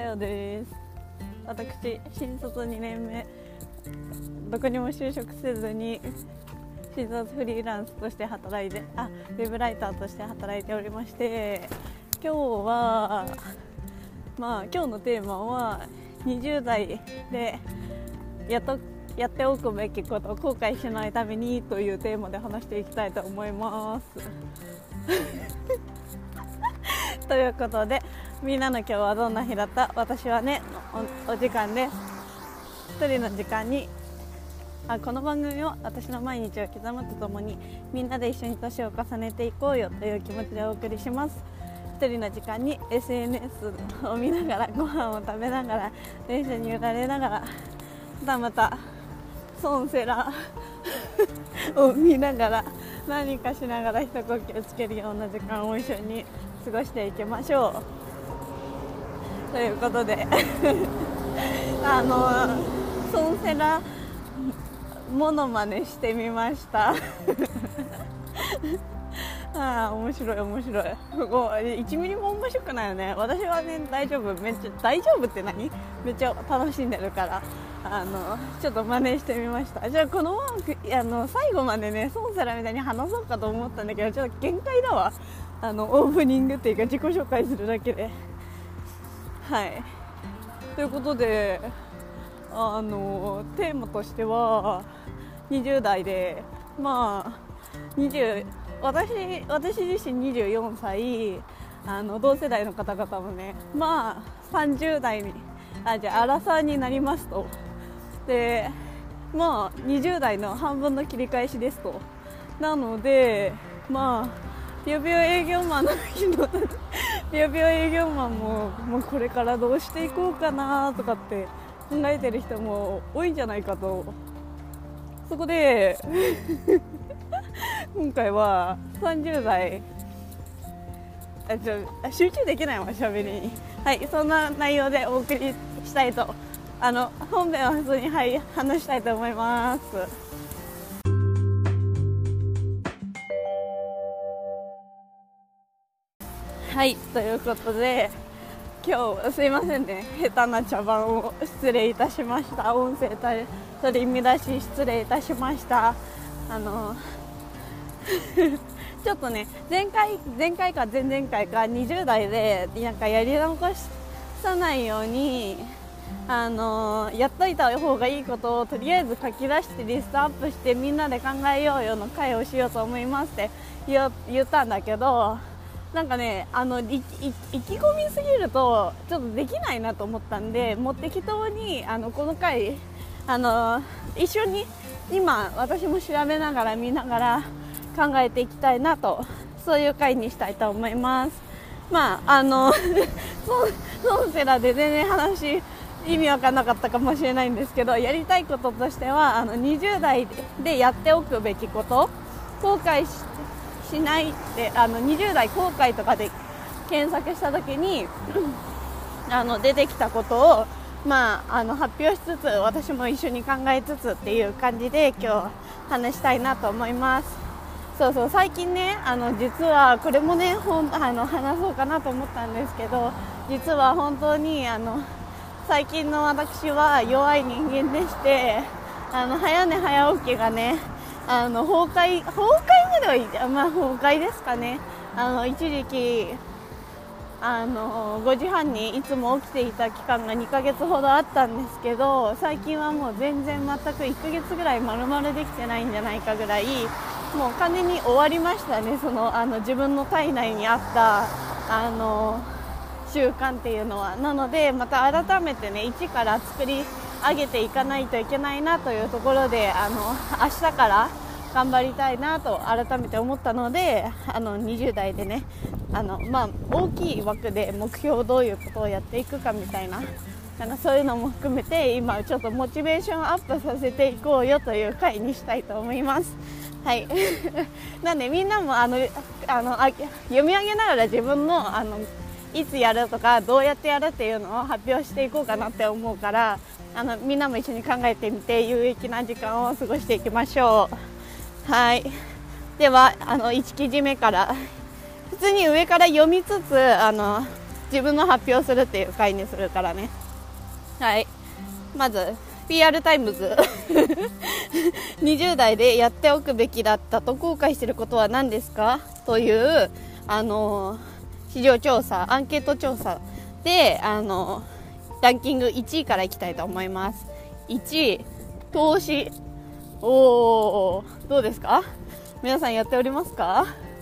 よです。私、新卒2年目、どこにも就職せずに新卒フリーランスとして働いて、ウェブライターとして働いておりまして、今日のテーマは20代でやっておくべきことを後悔しないためにというテーマで話していきたいと思いますということで、みんなの今日はどんな日だった？私はね、お時間です。一人の時間にこの番組は私の毎日を刻むとともにみんなで一緒に年を重ねていこうよという気持ちでお送りします。一人の時間に SNS を見ながら、ご飯を食べながら、電車に揺られながら、またソンセラを見ながら、何かしながら一呼吸つけるような時間を一緒に過ごしていきましょうということでソンセラモノマネしてみました面白い1ミリも面白くないよね。私はね、大丈夫って何？めっちゃ楽しんでるからちょっと真似してみました。じゃあこの最後までね、ソンセラみたいに話そうかと思ったんだけど、ちょっと限界だわ。オープニングっていうか自己紹介するだけで。はいということで、テーマとしては20代で私自身24歳、同世代の方々もね、30代にアラサーになりますと。で20代の半分の切り返しですと。なのでぴよぴよ営業マンの人ぴよぴよ営業マンもこれからどうしていこうかなとかって考えてる人も多いんじゃないかと。そこで今回は30代集中できないわ、喋りに。そんな内容でお送りしたいと、本編は普通に話したいと思います。ということで、今日すいませんね、下手な茶番を失礼いたしました。音声取り乱し失礼いたしました。ちょっとね、前々回か20代でやり残さないようにやっといた方がいいことをとりあえず書き出してリストアップしてみんなで考えようよの会をしようと思いますって言ったんだけど、意気込みすぎるとちょっとできないなと思ったんで、もう適当にこの回一緒に今私も調べながら見ながら考えていきたいなと、そういう回にしたいと思います。ソンセラで全然話意味わかんなかったかもしれないんですけど、やりたいこととしては20代でやっておくべきこと、後悔しないで20代後悔とかで検索した時に出てきたことを発表しつつ、私も一緒に考えつつっていう感じで今日話したいなと思います。最近ね、実はこれもね話そうかなと思ったんですけど、実は本当に最近の私は弱い人間でして、早寝早起きがね崩壊まではいい、崩壊ですかね。一時期5時半にいつも起きていた期間が2ヶ月ほどあったんですけど、最近はもう全く1ヶ月ぐらい丸々できてないんじゃないかぐらい、もう完全に終わりましたね。自分の体内にあった習慣っていうのは。なのでまた改めてね、一から作り上げていかないといけないなというところで、明日から頑張りたいなと改めて思ったので、20代でね大きい枠で目標、どういうことをやっていくかみたいなそういうのも含めて、今ちょっとモチベーションアップさせていこうよという回にしたいと思います。なんでみんなも読み上げながら自分のいつやるとかどうやってやるっていうのを発表していこうかなって思うから、みんなも一緒に考えてみて有益な時間を過ごしていきましょう。では1記事目から普通に上から読みつつ自分の発表するっていう回にするからね。はい、まず PR タイムズ20代でやっておくべきだったと後悔していることは何ですかという市場調査、アンケート調査でランキング1位からいきたいと思います。1位、投資。どうですか、皆さんやっておりますか？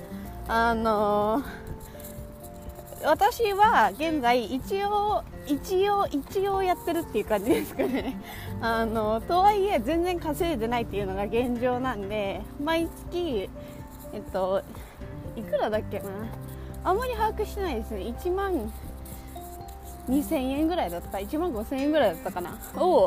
私は現在一応やってるっていう感じですかね。とはいえ全然稼いでないっていうのが現状なんで、毎月いくらだっけな、あんまり把握してないですね。1万2000円ぐらいだったか、1万5000円ぐらいだったかなを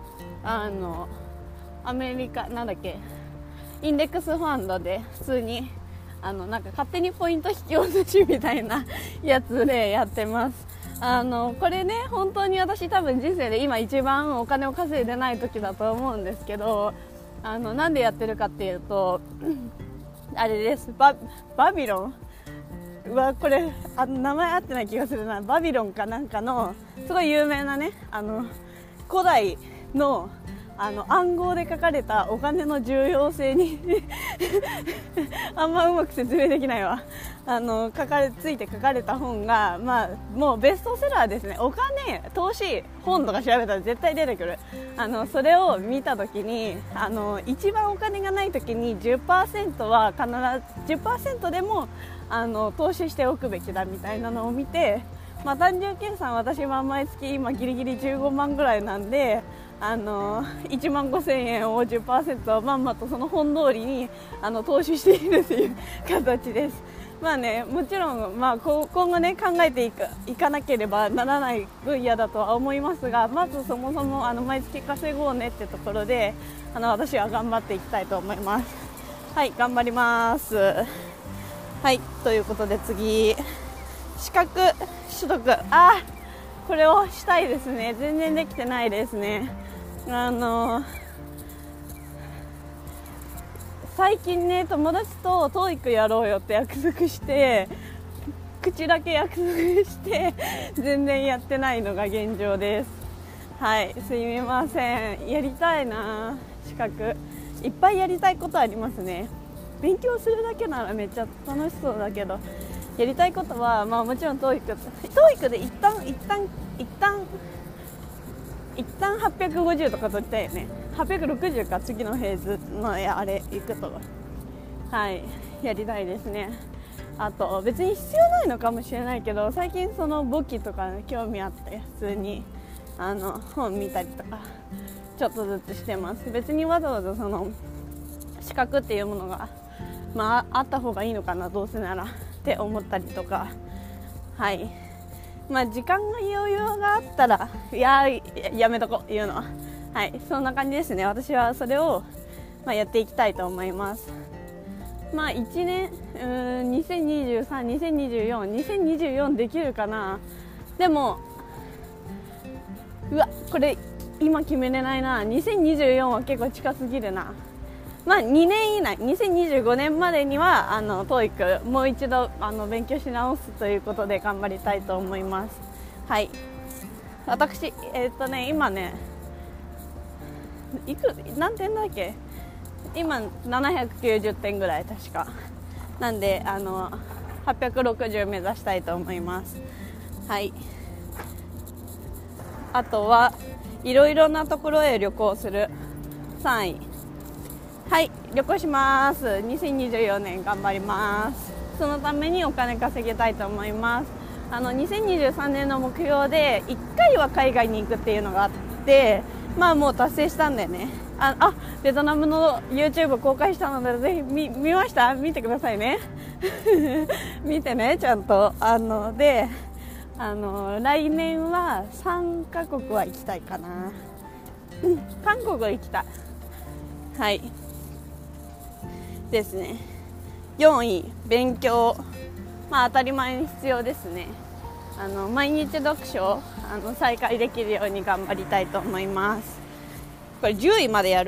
アメリカなんだっけ、インデックスファンドで普通になんか勝手にポイント引き落としみたいなやつでやってます。これね、本当に私多分人生で今一番お金を稼いでない時だと思うんですけど、なんでやってるかっていうとあれです、バビロンは、これ名前合ってない気がするな、バビロンかなんかのすごい有名なね、古代の暗号で書かれたお金の重要性にあんまうまく説明できないわ。ついて書かれた本が、もうベストセラーですね。お金、投資、本とか調べたら絶対出てくる。それを見たときに、一番お金がないときに 10% は必ず 10% でも投資しておくべきだみたいなのを見て、単純計算、私は毎月今ギリギリ15万ぐらいなんで、1万5000円を 10% まんまとその本通りに投資しているという形です。もちろん、今後ね考えていかなければならない分野だとは思いますが、まずそもそも毎月稼ごうねってところで私は頑張っていきたいと思います。はい、頑張ります。はい、ということで次、資格取得、これをしたいですね。全然できてないですね。最近ね、友達と TOEIC やろうよって約束して、口だけ約束して全然やってないのが現状です。はい、すみません。やりたいな、資格いっぱいやりたいことありますね。勉強するだけならめっちゃ楽しそうだけど、やりたいことは、もちろん TOEIC で一旦850とか取りたいよね。860か、次のフェーズのあれ行くと、はい、やりたいですね。あと別に必要ないのかもしれないけど、最近その簿記とか、興味あって普通に本見たりとかちょっとずつしてます。別にわざわざその資格っていうものが、あった方がいいのかな、どうせならって思ったりとか、はい、時間が余裕があったらやめとこ言うのは、はい、そんな感じですね。私はそれを、やっていきたいと思います。1年2023、2024できるかな。でもこれ今決めれないな。2024は結構近すぎるな。2年以内、2025年までにはTOEIC もう一度勉強し直すということで頑張りたいと思います。はい、私今ね、何点だっけ、今790点ぐらい確かなんで、860目指したいと思います。はい、あとはいろいろなところへ旅行する。3位、はい、旅行します。2024年頑張ります。そのためにお金稼ぎたいと思います。2023年の目標で1回は海外に行くっていうのがあって、もう達成したんだよね。ベトナムの YouTube 公開したので、ぜひ見ました？見てくださいね見てね、ちゃんと。で来年は3カ国は行きたいかな。韓国は行きたい。はいですね。4位、勉強。当たり前に必要ですね。毎日読書を再開できるように頑張りたいと思います。これ10位までや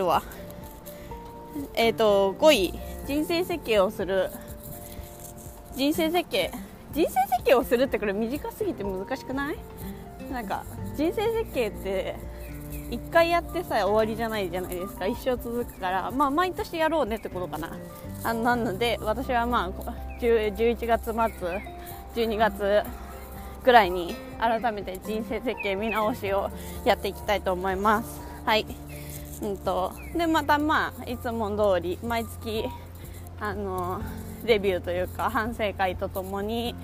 るわ。5位、人生設計をする。人生設計人生設計をするってこれ短すぎて難しくない？なんか人生設計って1回やってさ終わりじゃないじゃないですか。一生続くから、まあ毎年やろうねってことかな。なので私はまあ11月末12月ぐらいに改めて人生設計見直しをやっていきたいと思います。はい。でまたまあいつも通り毎月レビューというか反省会とともに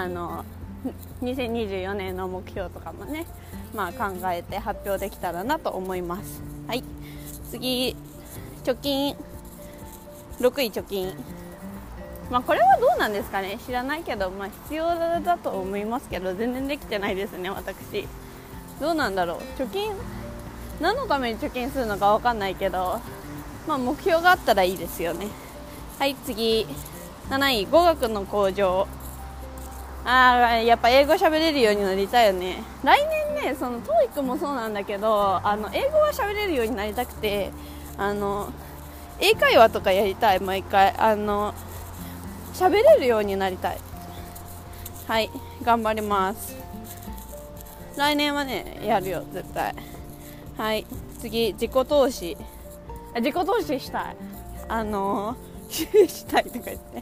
2024年の目標とかもね、まあ、考えて発表できたらなと思います。はい。次、貯金6位貯金、まあ、これはどうなんですかね、知らないけど、まあ、必要だと思いますけど全然できてないですね。私どうなんだろう、貯金何のために貯金するのか分かんないけど、まあ、目標があったらいいですよね。はい。次7位語学の向上。やっぱ英語喋れるようになりたいよね。来年ね、その TOEIC もそうなんだけど英語は喋れるようになりたくて英会話とかやりたい。毎回喋れるようになりたい。はい、頑張ります。来年はねやるよ絶対。はい。次自己投資したい。したいとか言って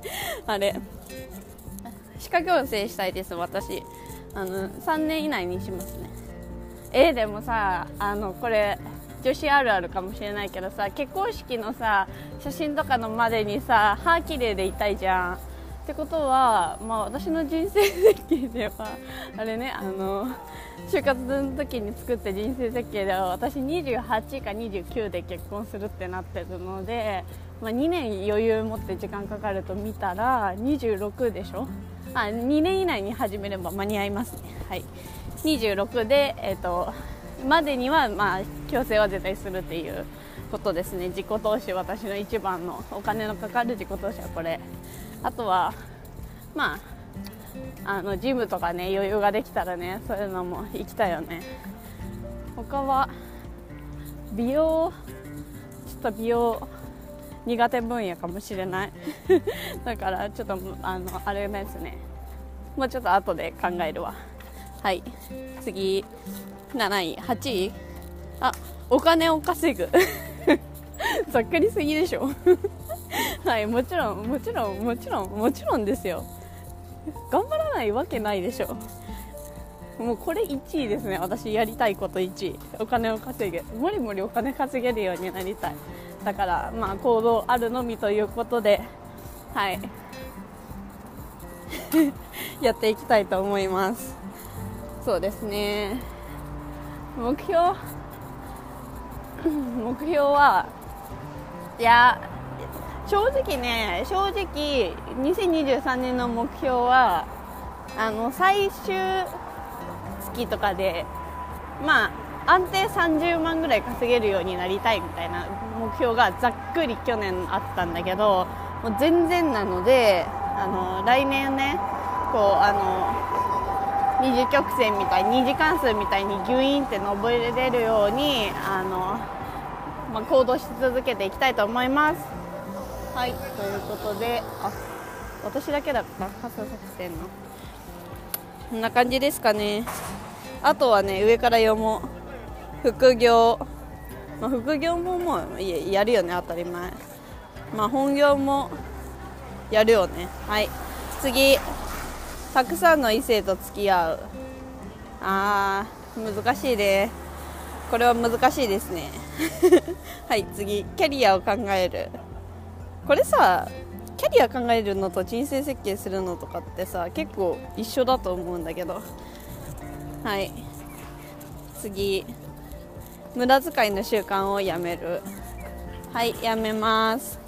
歯科矯正したいです。私3年以内にしますね。でもさこれ女子あるあるかもしれないけどさ、結婚式のさ写真とかのまでにさ歯綺麗でいたいじゃん。ってことは、まあ、私の人生設計ではあれね就活の時に作った人生設計では私28か29で結婚するってなってるので、まあ、2年余裕持って時間かかると見たら26でしょ。2年以内に始めれば間に合いますね。はい。26で、までには、まあ、矯正は絶対するっていうことですね。自己投資、私の一番のお金のかかる自己投資はこれ。あとはまあジムとかね余裕ができたらねそういうのも行きたいよね。他は美容苦手分野かもしれないだからちょっとあれですね、もうちょっと後で考えるわ。はい。次7位8位お金を稼ぐざっくりすぎでしょはい、もちろんですよ。頑張らないわけないでしょ。もうこれ1位ですね。私やりたいこと1位、お金を稼ぐ。もりもりお金稼げるようになりたい。だからまあ行動あるのみということで、はいやっていきたいと思います。そうですね。目標はいや正直2023年の目標は最終月とかでまあ安定30万ぐらい稼げるようになりたいみたいな目標がざっくり去年あったんだけど、もう全然なので来年ねこう二次曲線みたい二次関数みたいにギュイーンって登れるようにまあ、行動し続けていきたいと思います。はい、ということで私だけだった傘さしてんのこんな感じですかね。あとはね上から読もう。副業、まあ、副業ももうやるよね、当たり前。まあ本業もやるよね。はい。次たくさんの異性と付き合う。難しいね。これは難しいですねはい次キャリアを考える。これさキャリア考えるのと人生設計するのとかってさ結構一緒だと思うんだけど。はい。次無駄遣いの習慣をやめる。はい、やめます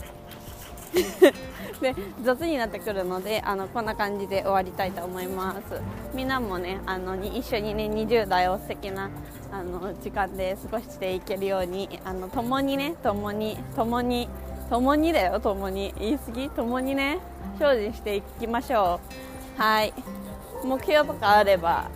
で雑になってくるのでこんな感じで終わりたいと思います。みんなもね一緒にね20代を素敵な時間で過ごしていけるように共に言い過ぎ共にね精進していきましょう。はい。目標とかあれば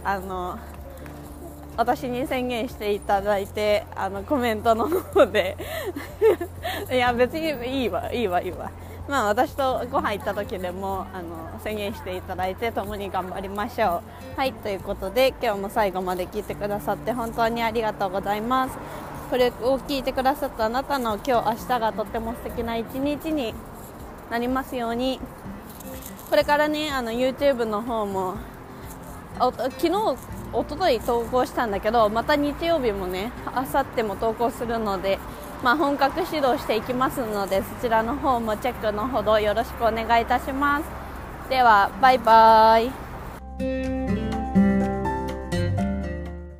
私に宣言していただいてコメントの方でいや別にいいわ私とご飯行った時でも宣言していただいて共に頑張りましょう。はい、ということで今日も最後まで聞いてくださって本当にありがとうございます。これを聞いてくださったあなたの今日明日がとっても素敵な一日になりますように。これからねYouTube の方も昨日おととい投稿したんだけど、また日曜日もねあさっても投稿するので、本格始動していきますので、そちらの方もチェックのほどよろしくお願いいたします。ではバイバイ。